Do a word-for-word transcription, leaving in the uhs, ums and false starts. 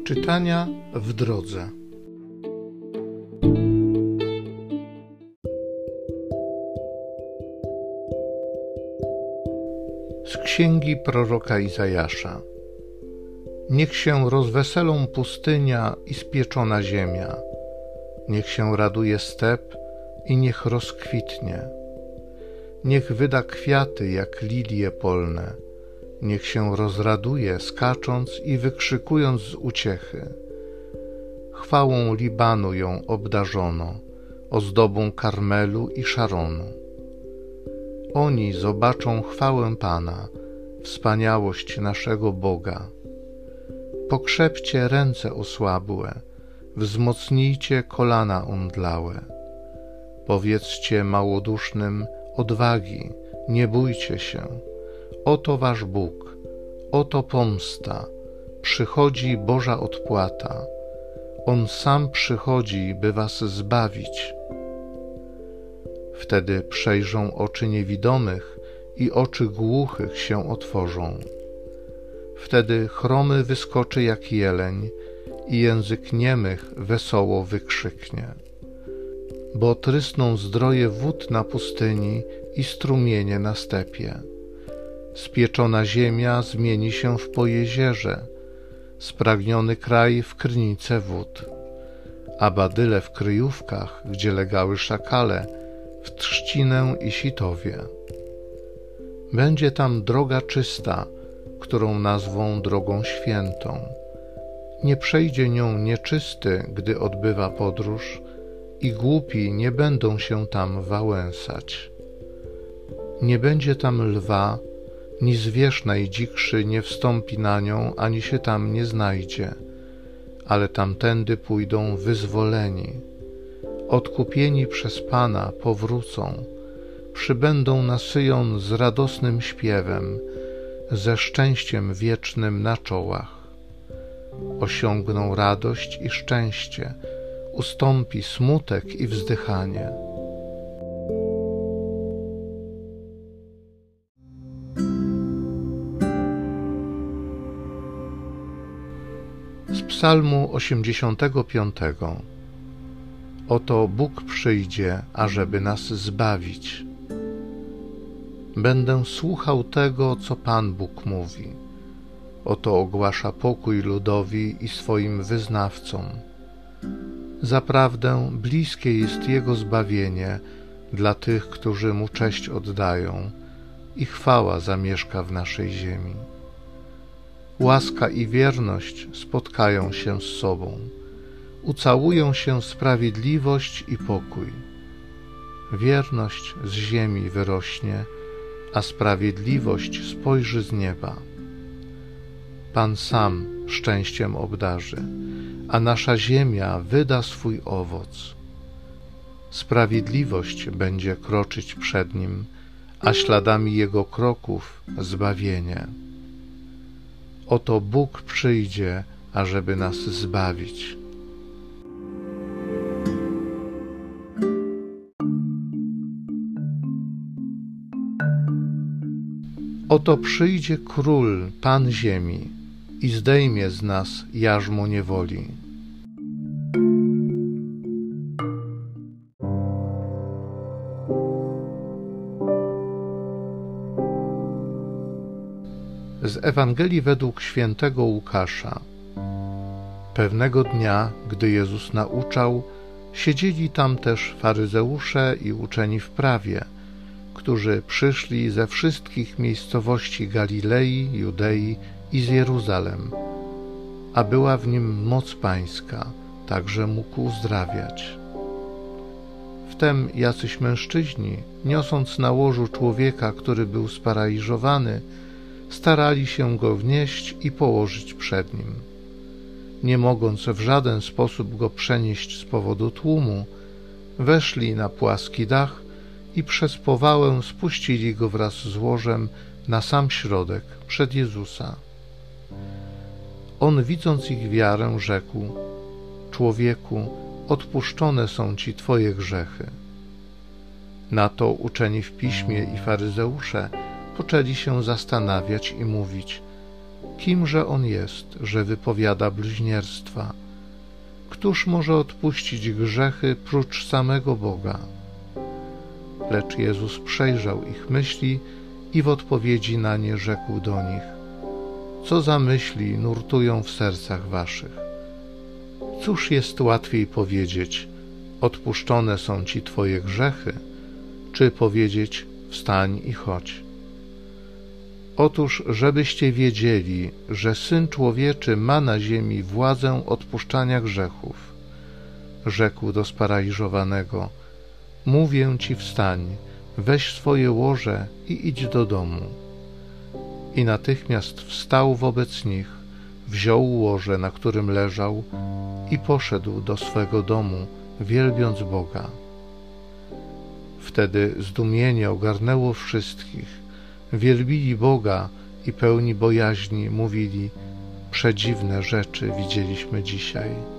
Czytania w drodze. Z księgi proroka Izajasza. Niech się rozweselą pustynia i spieczona ziemia. Niech się raduje step i niech rozkwitnie. Niech wyda kwiaty jak lilie polne. Niech się rozraduje, skacząc i wykrzykując z uciechy. Chwałą Libanu ją obdarzono, ozdobą Karmelu i Szaronu. Oni zobaczą chwałę Pana, wspaniałość naszego Boga. Pokrzepcie ręce osłabłe, wzmocnijcie kolana omdlałe. Powiedzcie małodusznym: odwagi, nie bójcie się. Oto wasz Bóg, oto pomsta, przychodzi Boża odpłata. On sam przychodzi, by was zbawić. Wtedy przejrzą oczy niewidomych i oczy głuchych się otworzą. Wtedy chromy wyskoczy jak jeleń i język niemych wesoło wykrzyknie. Bo trysną zdroje wód na pustyni i strumienie na stepie. Spieczona ziemia zmieni się w pojezierze, spragniony kraj w krynicę wód, a badyle w kryjówkach, gdzie legały szakale, w trzcinę i sitowie. Będzie tam droga czysta, którą nazwą drogą świętą. Nie przejdzie nią nieczysty, gdy odbywa podróż, i głupi nie będą się tam wałęsać. Nie będzie tam lwa, ni zwierz najdzikszy nie wstąpi na nią, ani się tam nie znajdzie, ale tamtędy pójdą wyzwoleni. Odkupieni przez Pana powrócą, przybędą na Syjon z radosnym śpiewem, ze szczęściem wiecznym na czołach. Osiągną radość i szczęście, ustąpi smutek i wzdychanie. Z Psalmu osiemdziesiątego piątego. Oto Bóg przyjdzie, ażeby nas zbawić. Będę słuchał tego, co Pan Bóg mówi. Oto ogłasza pokój ludowi i swoim wyznawcom. Zaprawdę bliskie jest Jego zbawienie dla tych, którzy Mu cześć oddają, i chwała zamieszka w naszej ziemi. Łaska i wierność spotkają się z sobą. Ucałują się sprawiedliwość i pokój. Wierność z ziemi wyrośnie, a sprawiedliwość spojrzy z nieba. Pan sam szczęściem obdarzy, a nasza ziemia wyda swój owoc. Sprawiedliwość będzie kroczyć przed Nim, a śladami Jego kroków zbawienie. Oto Bóg przyjdzie, ażeby nas zbawić. Oto przyjdzie Król, Pan ziemi, i zdejmie z nas jarzmo niewoli. Z Ewangelii według świętego Łukasza. Pewnego dnia, gdy Jezus nauczał, siedzieli tam też faryzeusze i uczeni w prawie, którzy przyszli ze wszystkich miejscowości Galilei, Judei i z Jeruzalem, a była w nim moc Pańska, tak że mógł uzdrawiać. Wtem jacyś mężczyźni, niosąc na łożu człowieka, który był sparaliżowany, starali się go wnieść i położyć przed nim. Nie mogąc w żaden sposób go przenieść z powodu tłumu, weszli na płaski dach i przez powałę spuścili go wraz z łożem na sam środek przed Jezusa. On, widząc ich wiarę, rzekł: człowieku, odpuszczone są ci twoje grzechy. Na to uczeni w piśmie i faryzeusze poczęli się zastanawiać i mówić: Kimże on jest, że wypowiada bluźnierstwa? Któż może odpuścić grzechy prócz samego Boga? Lecz Jezus przejrzał ich myśli i w odpowiedzi na nie rzekł do nich: Co za myśli nurtują w sercach waszych? Cóż jest łatwiej powiedzieć: odpuszczone są ci twoje grzechy, czy powiedzieć: wstań i chodź? Otóż, żebyście wiedzieli, że Syn Człowieczy ma na ziemi władzę odpuszczania grzechów, rzekł do sparaliżowanego: mówię ci, wstań, weź swoje łoże i idź do domu. I natychmiast wstał wobec nich, wziął łoże, na którym leżał, i poszedł do swego domu, wielbiąc Boga. Wtedy zdumienie ogarnęło wszystkich. Wielbili Boga i pełni bojaźni mówili: przedziwne rzeczy widzieliśmy dzisiaj.